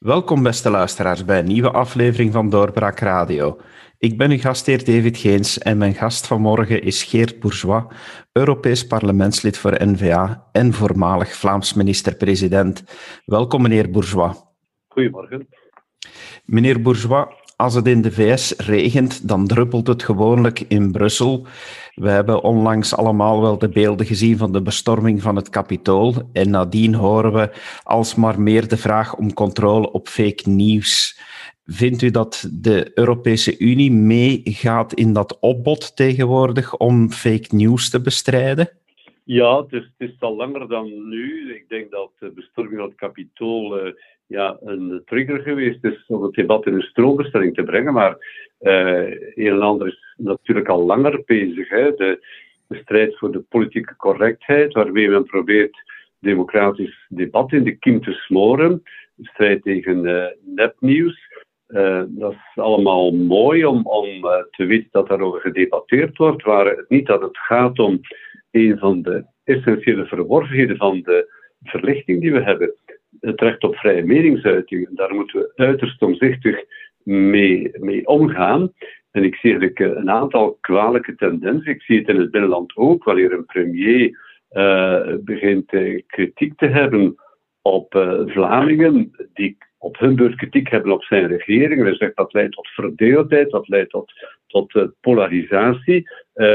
Welkom beste luisteraars bij een nieuwe aflevering van Doorbraak Radio. Ik ben uw gastheer David Geens en mijn gast vanmorgen is Geert Bourgeois, Europees parlementslid voor N-VA en voormalig Vlaams minister-president. Welkom meneer Bourgeois. Goedemorgen. Meneer Bourgeois, als het in de VS regent, dan druppelt het gewoonlijk in Brussel. We hebben onlangs allemaal wel de beelden gezien van de bestorming van het Capitool en nadien horen we alsmaar meer de vraag om controle op fake news. Vindt u dat de Europese Unie meegaat in dat opbod tegenwoordig om fake news te bestrijden? Ja, het is al langer dan nu. Ik denk dat de bestorming van het Capitool een trigger geweest is om het debat in een stroombestelling te brengen. Maar een en ander is natuurlijk al langer bezig. Hè. De strijd voor de politieke correctheid, waarmee men probeert democratisch debat in de kiem te smoren. De strijd tegen nepnieuws. Dat is allemaal mooi om te weten dat daarover gedebatteerd wordt. Waar het niet dat het gaat om een van de essentiële verworvenheden van de verlichting die we hebben. Het recht op vrije meningsuiting. Daar moeten we uiterst omzichtig mee omgaan. En ik zie eigenlijk een aantal kwalijke tendensen. Ik zie het in het binnenland ook, wanneer een premier begint kritiek te hebben op Vlamingen, die op hun beurt kritiek hebben op zijn regering. Hij zegt dat leidt tot verdeeldheid, dat leidt tot polarisatie.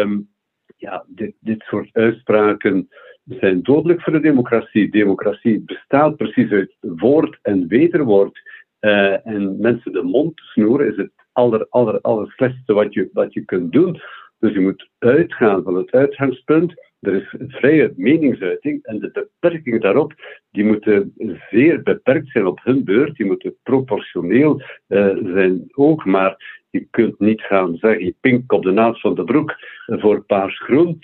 Dit soort uitspraken zijn dodelijk voor de democratie. Democratie bestaat precies uit woord en wederwoord. En mensen de mond snoeren is het aller slechtste wat je kunt doen. Dus je moet uitgaan van het uitgangspunt. Er is vrije meningsuiting en de beperkingen daarop die moeten zeer beperkt zijn op hun beurt. Die moeten proportioneel zijn ook, maar je kunt niet gaan zeggen pink op de naad van de broek voor paars-groen.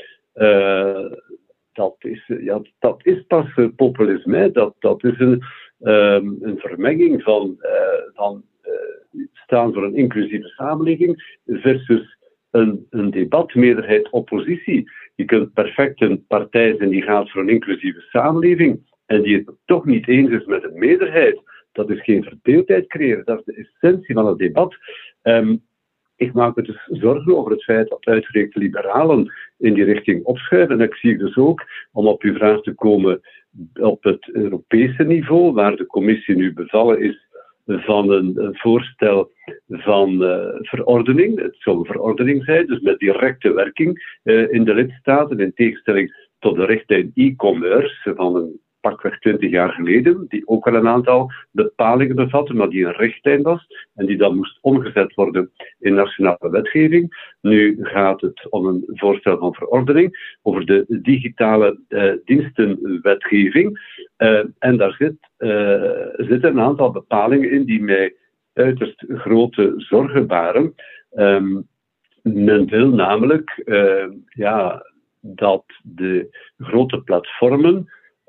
Dat is pas populisme. Dat is een vermenging van staan voor een inclusieve samenleving versus een debat, meerderheid, oppositie. Je kunt perfect een partij zijn die gaat voor een inclusieve samenleving en die het toch niet eens is met een meerderheid. Dat is geen verdeeldheid creëren. Dat is de essentie van het debat. Ik maak me dus zorgen over het feit dat uitgerekend liberalen in die richting opschuiven. En ik zie dus ook, om op uw vraag te komen, op het Europese niveau, waar de commissie nu bevallen is van een voorstel van verordening. Het zou een verordening zijn, dus met directe werking in de lidstaten, in tegenstelling tot de richtlijn e-commerce van een pakweg 20 jaar geleden, die ook al een aantal bepalingen bevatte, maar die een richtlijn was en die dan moest omgezet worden in nationale wetgeving. Nu gaat het om een voorstel van verordening over de digitale dienstenwetgeving. En daar zitten een aantal bepalingen in die mij uiterst grote zorgen baren. Men wil namelijk dat de grote platformen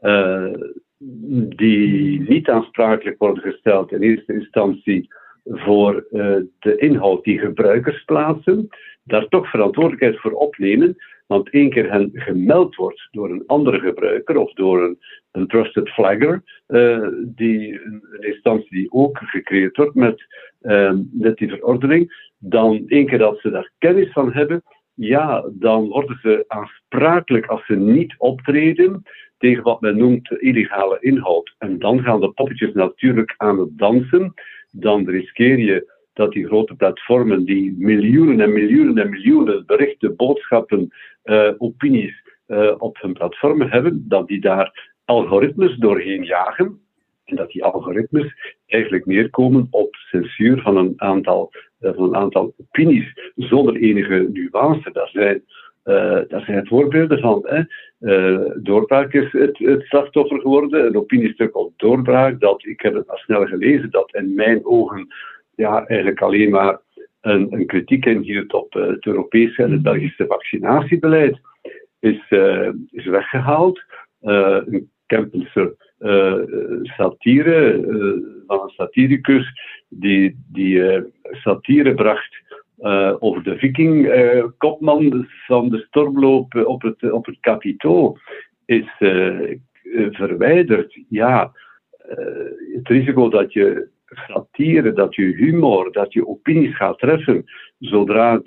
die niet aansprakelijk worden gesteld in eerste instantie voor de inhoud die gebruikers plaatsen, daar toch verantwoordelijkheid voor opnemen, want één keer hen gemeld wordt door een andere gebruiker of door een trusted flagger, een instantie die ook gecreëerd wordt met die verordening, dan één keer dat ze daar kennis van hebben, dan worden ze aansprakelijk als ze niet optreden tegen wat men noemt illegale inhoud. En dan gaan de poppetjes natuurlijk aan het dansen. Dan riskeer je dat die grote platformen die miljoenen en miljoenen en miljoenen berichten, boodschappen, opinies op hun platformen hebben, dat die daar algoritmes doorheen jagen. En dat die algoritmes eigenlijk neerkomen op censuur van een aantal opinies, zonder enige nuance. Daar zijn voorbeelden van. Doorbraak is het slachtoffer geworden. Een opiniestuk op Doorbraak, ik heb het maar snel gelezen, dat in mijn ogen eigenlijk alleen maar een kritiek inhield op het Europese en het Belgische vaccinatiebeleid, is weggehaald. Een Kempense satire van een satiricus die satire bracht over de viking-kopman van de stormloop op het Capitool is verwijderd. Het risico dat je satire, dat je humor, dat je opinies gaat treffen, zodra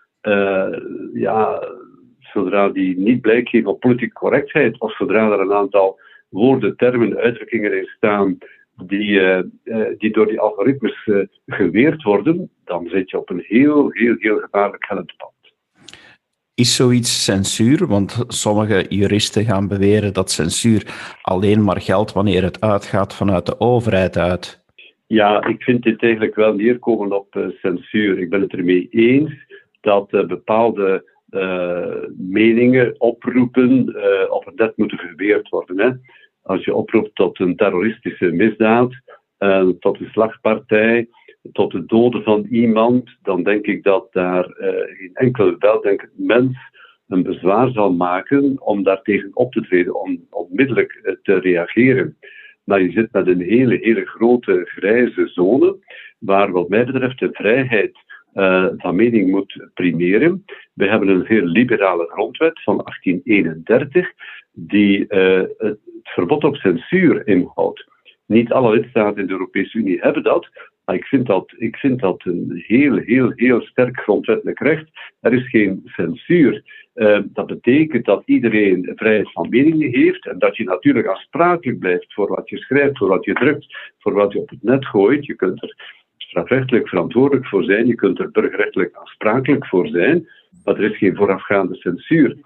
die niet blijk geven op politieke correctheid, of zodra er een aantal woorden, termen, uitdrukkingen in staan die door die algoritmes geweerd worden, dan zit je op een heel, heel, heel gevaarlijk hellend pad. Is zoiets censuur? Want sommige juristen gaan beweren dat censuur alleen maar geldt wanneer het uitgaat vanuit de overheid uit. Ja, ik vind dit eigenlijk wel neerkomen op censuur. Ik ben het ermee eens dat bepaalde meningen, oproepen op het net moeten geweerd worden. Hè. Als je oproept tot een terroristische misdaad, tot een slagpartij, tot het doden van iemand, dan denk ik dat daar geen enkel weldenkend mens een bezwaar zal maken om daartegen op te treden, om onmiddellijk te reageren. Maar je zit met een hele, hele grote grijze zone, waar wat mij betreft de vrijheid van mening moet primeren. We hebben een zeer liberale grondwet van 1831, die het verbod op censuur inhoudt. Niet alle lidstaten in de Europese Unie hebben dat, maar ik vind dat een heel, heel, heel sterk grondwettelijk recht. Er is geen censuur. Dat betekent dat iedereen vrijheid van mening heeft en dat je natuurlijk aansprakelijk blijft voor wat je schrijft, voor wat je drukt, voor wat je op het net gooit. Je kunt er strafrechtelijk verantwoordelijk voor zijn, je kunt er burgerrechtelijk aansprakelijk voor zijn, maar er is geen voorafgaande censuur.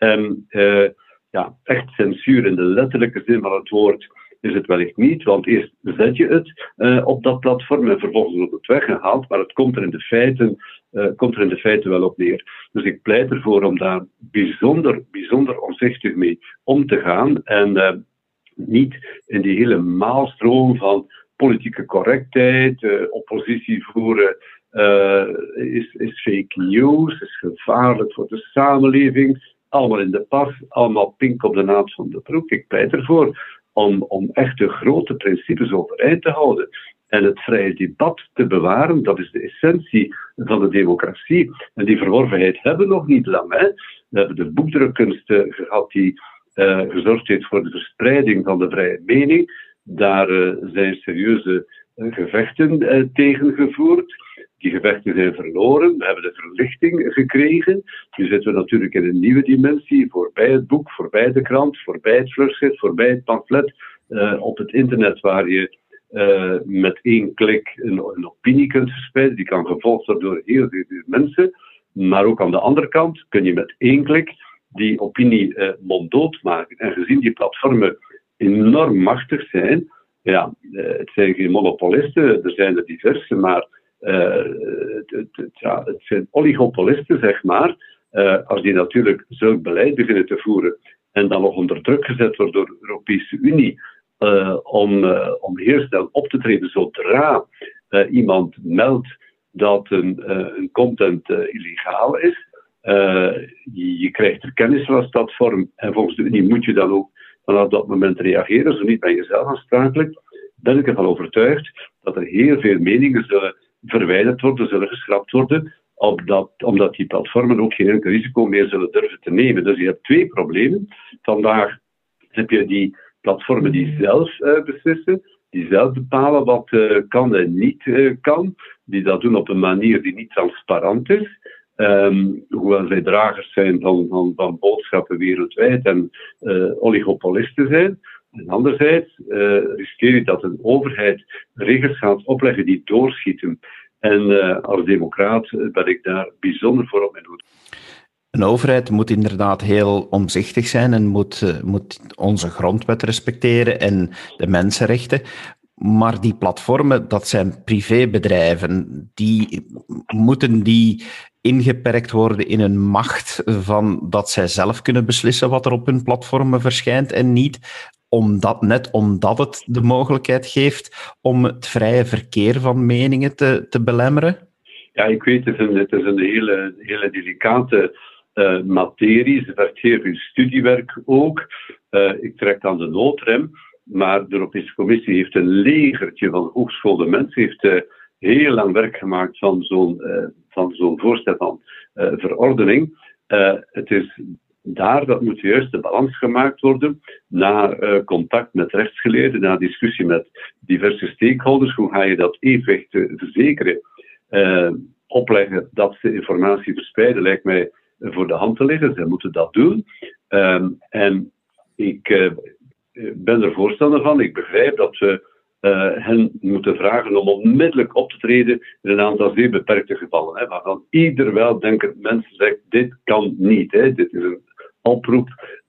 Echt censuur in de letterlijke zin van het woord is het wellicht niet, want eerst zet je het op dat platform en vervolgens wordt het weggehaald, maar het komt er in de feiten wel op neer. Dus ik pleit ervoor om daar bijzonder, bijzonder omzichtig mee om te gaan en niet in die hele maalstroom van politieke correctheid, oppositie voeren is fake news, is gevaarlijk voor de samenleving, allemaal in de pas, allemaal pink op de naad van de broek. Ik pleit ervoor om echt de grote principes overeind te houden en het vrije debat te bewaren. Dat is de essentie van de democratie. En die verworvenheid hebben we nog niet lang. Hè? We hebben de boekdrukkunst gehad die gezorgd heeft voor de verspreiding van de vrije mening. Daar zijn serieuze gevechten tegen gevoerd. Die gevechten zijn verloren. We hebben de verlichting gekregen. Nu zitten we natuurlijk in een nieuwe dimensie. Voorbij het boek, voorbij de krant, voorbij het vlugschrift, voorbij het pamflet. Op het internet waar je met één klik een opinie kunt verspreiden. Die kan gevolgd worden door heel veel mensen. Maar ook aan de andere kant kun je met één klik die opinie monddood maken. En gezien die platformen enorm machtig zijn, het zijn geen monopolisten, er zijn er diverse, maar het zijn oligopolisten, zeg maar. Als die natuurlijk zulk beleid beginnen te voeren en dan nog onder druk gezet wordt door de Europese Unie om heel snel op te treden zodra iemand meldt dat een content illegaal is. Je krijgt er kennis van als platform en volgens de Unie moet je dan ook vanaf dat moment reageren, zo niet ben je zelf aansprakelijk. Ben ik ervan overtuigd dat er heel veel meningen zullen verwijderd worden, zullen geschrapt worden, omdat die platformen ook geen enkel risico meer zullen durven te nemen. Dus je hebt twee problemen. Vandaag heb je die platformen die zelf beslissen, die zelf bepalen wat kan en niet kan, die dat doen op een manier die niet transparant is. Hoewel zij dragers zijn van boodschappen wereldwijd en oligopolisten zijn. En anderzijds riskeer je dat een overheid regels gaat opleggen die doorschieten. En als democraat ben ik daar bijzonder voor op mijn hoede. Een overheid moet inderdaad heel omzichtig zijn en moet onze grondwet respecteren en de mensenrechten. Maar die platformen, dat zijn privébedrijven. Moeten die ingeperkt worden in hun macht van dat zij zelf kunnen beslissen wat er op hun platformen verschijnt en niet omdat het de mogelijkheid geeft om het vrije verkeer van meningen te belemmeren? Ja, ik weet, het is een hele delicate materie. Ze vergt heel veel studiewerk ook. Ik trek aan de noodrem. Maar de Europese Commissie heeft een legertje van hogeschoolde mensen, heeft heel lang werk gemaakt van zo'n voorstel van verordening. Het is Dat moet juist de balans gemaakt worden na contact met rechtsgeleerden, na discussie met diverse stakeholders. Hoe ga je dat evenwicht verzekeren? Opleggen dat ze informatie verspreiden lijkt mij voor de hand te liggen. Zij moeten dat doen. En ik ben er voorstander van. Ik begrijp dat we hen moeten vragen om onmiddellijk op te treden in een aantal zeer beperkte gevallen. Hè, waarvan ieder weldenkend mens zegt, dit kan niet. Hè. Dit is een oproep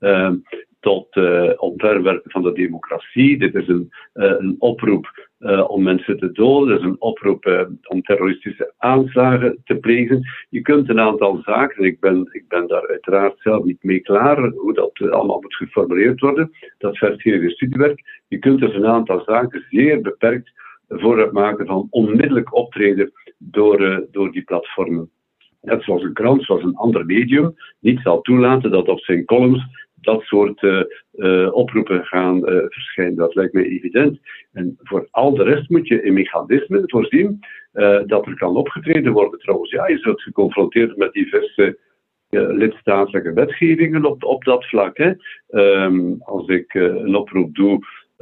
tot omverwerpen van de democratie. Dit is een oproep om mensen te doden. Dit is een oproep om terroristische aanslagen te plegen. Je kunt een aantal zaken, ik ben daar uiteraard zelf niet mee klaar, hoe dat allemaal moet geformuleerd worden. Dat vergt heel veel studiewerk. Je kunt dus een aantal zaken zeer beperkt vooruit maken van onmiddellijk optreden door die platformen. Net zoals een krant, zoals een ander medium, niet zal toelaten dat op zijn columns dat soort oproepen gaan verschijnen. Dat lijkt mij evident. En voor al de rest moet je een mechanisme voorzien dat er kan opgetreden worden. Trouwens, ja, je zult geconfronteerd met diverse lidstaatelijke wetgevingen op dat vlak. Hè. Als ik een oproep doe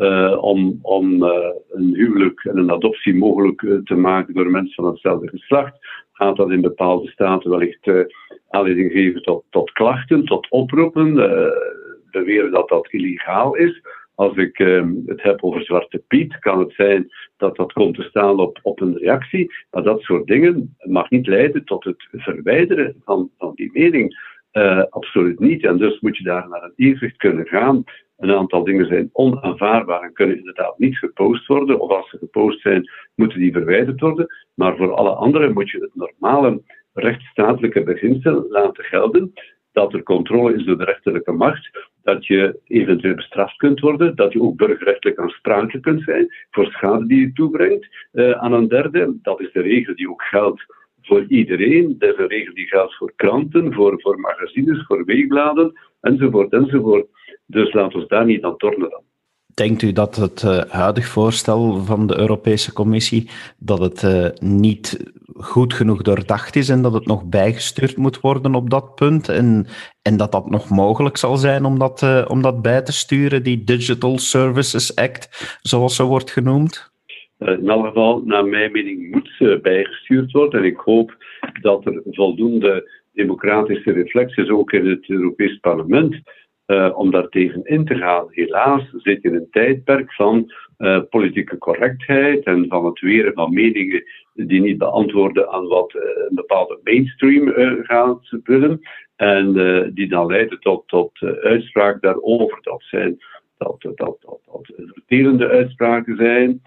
om een huwelijk en een adoptie mogelijk te maken door mensen van hetzelfde geslacht, gaat dat in bepaalde staten wellicht aanleiding geven tot klachten, tot oproepen, beweren dat dat illegaal is. Als ik het heb over Zwarte Piet, kan het zijn dat dat komt te staan op een reactie. Maar dat soort dingen mag niet leiden tot het verwijderen van die mening. Absoluut niet. En dus moet je daar naar een evenwicht kunnen gaan. Een aantal dingen zijn onaanvaardbaar en kunnen inderdaad niet gepost worden. Of als ze gepost zijn, moeten die verwijderd worden. Maar voor alle anderen moet je het normale rechtsstatelijke beginsel laten gelden. Dat er controle is door de rechterlijke macht. Dat je eventueel bestraft kunt worden. Dat je ook burgerrechtelijk aansprakelijk kunt zijn voor schade die je toebrengt aan een derde. Dat is de regel die ook geldt voor iedereen. Dat is een regel die geldt voor kranten, voor magazines, voor weekbladen, enzovoort, enzovoort. Dus laten we daar niet aan tornen dan. Denkt u dat het huidig voorstel van de Europese Commissie dat het niet goed genoeg doordacht is en dat het nog bijgestuurd moet worden op dat punt en dat dat nog mogelijk zal zijn om dat bij te sturen, die Digital Services Act, zoals ze wordt genoemd? In elk geval, naar mijn mening, moet bijgestuurd worden en ik hoop dat er voldoende democratische reflex is, ook in het Europees Parlement, om daar tegen in te gaan. Helaas zit je in een tijdperk van politieke correctheid en van het weren van meningen die niet beantwoorden aan wat een bepaalde mainstream gaat willen en die dan leiden tot uitspraak daarover. Dat vervelende uitspraken zijn,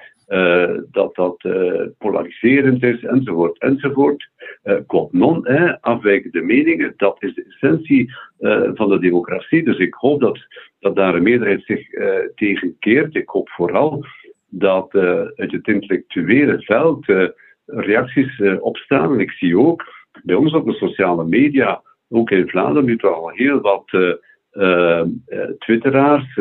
dat polariserend is, enzovoort, enzovoort. Quod non, afwijkende meningen, dat is de essentie van de democratie. Dus ik hoop dat daar een meerderheid zich tegen keert. Ik hoop vooral dat uit het intellectuele veld reacties opstaan. En ik zie ook bij ons op de sociale media, ook in Vlaanderen, nu toch al heel wat twitteraars,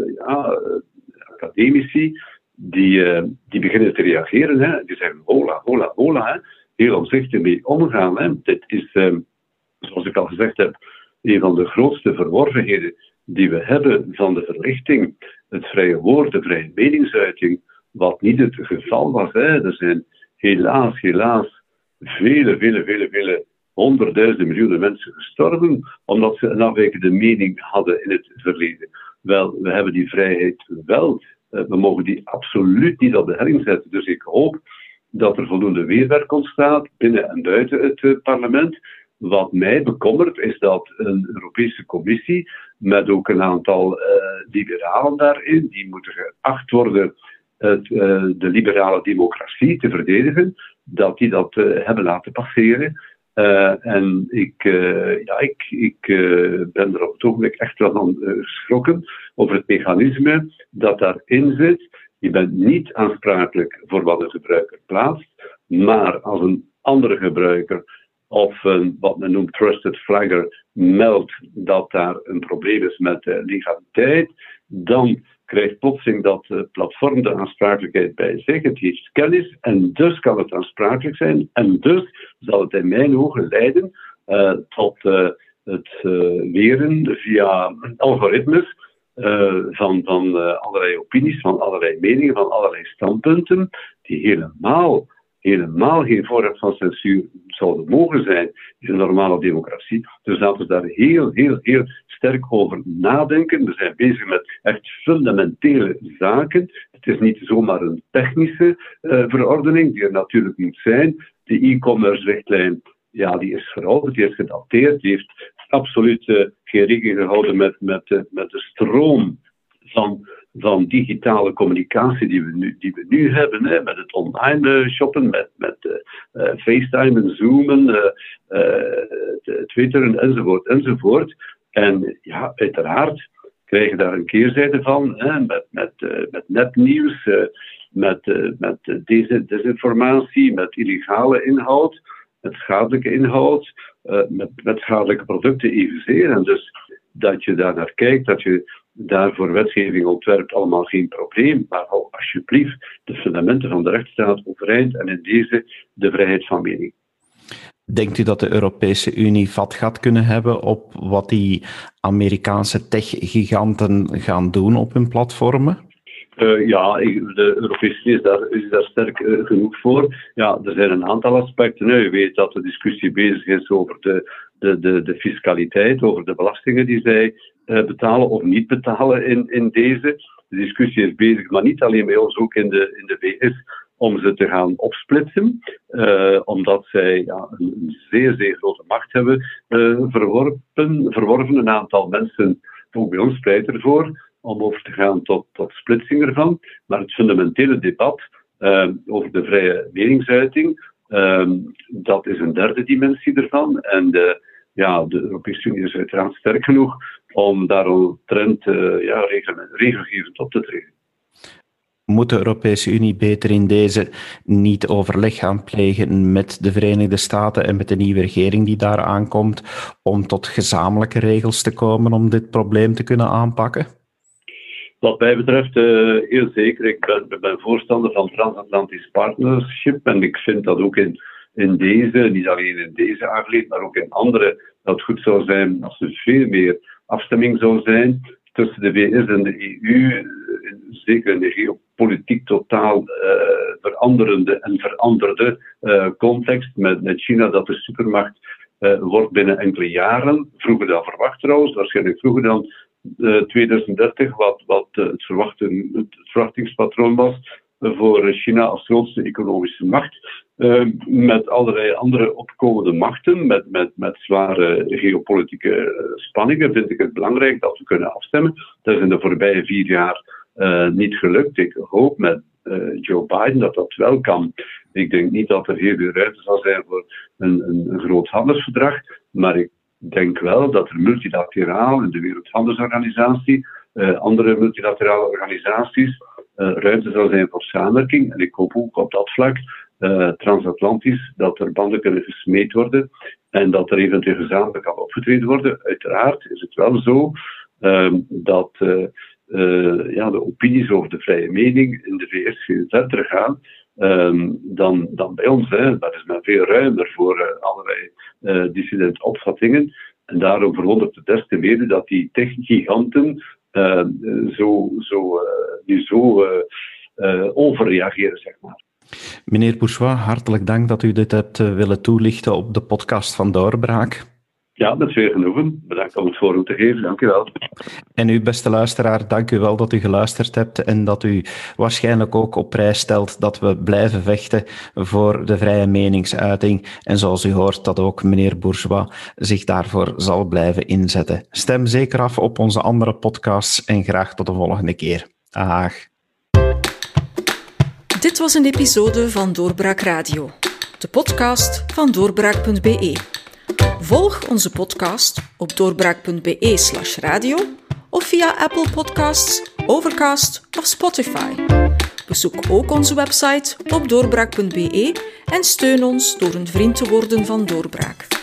academici, die beginnen te reageren. Hè. Die zeggen, hola, hola, hola. Hè. Heel omzichtig mee omgaan. Hè. Dit is, zoals ik al gezegd heb, een van de grootste verworvenheden die we hebben van de verlichting. Het vrije woord, de vrije meningsuiting, wat niet het geval was. Hè. Er zijn helaas vele honderdduizenden miljoenen mensen gestorven, omdat ze een afwijkende mening hadden in het verleden. Wel, we hebben die vrijheid wel. We mogen die absoluut niet op de helling zetten. Dus ik hoop dat er voldoende weerwerk ontstaat binnen en buiten het parlement. Wat mij bekommert is dat een Europese Commissie met ook een aantal liberalen daarin, die moeten geacht worden de liberale democratie te verdedigen, dat die dat hebben laten passeren. En ik ben er op het ogenblik echt wel van geschrokken over het mechanisme dat daarin zit. Je bent niet aansprakelijk voor wat een gebruiker plaatst, maar als een andere gebruiker of wat men noemt trusted flagger meldt dat daar een probleem is met legaliteit, dan krijgt plotseling dat platform de aansprakelijkheid bij zich. Het heeft kennis en dus kan het aansprakelijk zijn. En dus zal het in mijn ogen leiden tot het weren via algoritmes van allerlei opinies, van allerlei meningen, van allerlei standpunten, die helemaal geen voorwerp van censuur zouden mogen zijn in een normale democratie. Dus laten we daar heel sterk over nadenken. We zijn bezig met echt fundamentele zaken. Het is niet zomaar een technische verordening, die er natuurlijk moet zijn. De e-commerce-richtlijn, ja, die is verouderd, die is gedateerd, die heeft absoluut geen rekening gehouden met de stroom van digitale communicatie die we nu hebben, hè, met het online shoppen, met FaceTime en Zoomen, Twitteren enzovoort. En ja, uiteraard krijg je daar een keerzijde van, hè, met nepnieuws, met desinformatie, met illegale inhoud, met schadelijke inhoud, met schadelijke producten evenzeer. En dus dat je daar naar kijkt, dat je daarvoor wetgeving ontwerpt, allemaal geen probleem. Maar hou alsjeblieft de fundamenten van de rechtsstaat overeind en in deze de vrijheid van mening. Denkt u dat de Europese Unie vat gaat kunnen hebben op wat die Amerikaanse tech-giganten gaan doen op hun platformen? Ja, de Europese Unie is daar sterk genoeg voor. Ja, er zijn een aantal aspecten. Je weet dat de discussie bezig is over de fiscaliteit, over de belastingen die zij betalen of niet betalen in deze. De discussie is bezig, maar niet alleen bij ons, ook in de VS, om ze te gaan opsplitsen, omdat zij een zeer grote macht hebben verworven. Een aantal mensen, ook bij ons, pleit ervoor om over te gaan tot splitsing ervan. Maar het fundamentele debat over de vrije meningsuiting, dat is een derde dimensie ervan. En de Europese Unie is uiteraard sterk genoeg om daaromtrent regelgevend op te treden. Moet de Europese Unie beter in deze niet overleg gaan plegen met de Verenigde Staten en met de nieuwe regering die daar aankomt, om tot gezamenlijke regels te komen om dit probleem te kunnen aanpakken? Wat mij betreft, heel zeker. Ik ben voorstander van transatlantisch partnership en ik vind dat ook in deze, niet alleen in deze aangelegenheid, maar ook in andere, dat het goed zou zijn als er veel meer afstemming zou zijn tussen de VS en de EU, zeker in de geopolitiek totaal veranderende en veranderde context, met China dat de supermacht wordt binnen enkele jaren, vroeger dan verwacht trouwens, waarschijnlijk vroeger dan 2030, wat het verwachtingspatroon was voor China als grootste economische macht, met allerlei andere opkomende machten, met zware geopolitieke spanningen, vind ik het belangrijk dat we kunnen afstemmen. Dat is in de voorbije 4 jaar niet gelukt. Ik hoop met Joe Biden dat wel kan. Ik denk niet dat er heel veel ruimte zal zijn voor een groot handelsverdrag, maar ik denk wel dat er multilateraal in de Wereldhandelsorganisatie, andere multilaterale organisaties, ruimte zal zijn voor samenwerking. En ik hoop ook op dat vlak, transatlantisch, dat er banden kunnen gesmeed worden en dat er eventueel gezamenlijk kan opgetreden worden. Uiteraard is het wel zo dat de opinies over de vrije mening in de VS veel verder gaan dan bij ons. Dat is men veel ruimer voor allerlei dissidente opvattingen. En daarom verwondert het des te meer dat die techgiganten nu zo overreageren, zeg maar. Meneer Bourgeois, hartelijk dank dat u dit hebt willen toelichten op de podcast van Doorbraak. Ja, met veel genoegen. Bedankt om het voorbeeld te geven. Dank u wel. En u, beste luisteraar, dank u wel dat u geluisterd hebt en dat u waarschijnlijk ook op prijs stelt dat we blijven vechten voor de vrije meningsuiting. En zoals u hoort, dat ook meneer Bourgeois zich daarvoor zal blijven inzetten. Stem zeker af op onze andere podcasts en graag tot de volgende keer. Dag. Dit was een episode van Doorbraak Radio, de podcast van doorbraak.be. Volg onze podcast op doorbraak.be/radio of via Apple Podcasts, Overcast of Spotify. Bezoek ook onze website op doorbraak.be en steun ons door een vriend te worden van Doorbraak.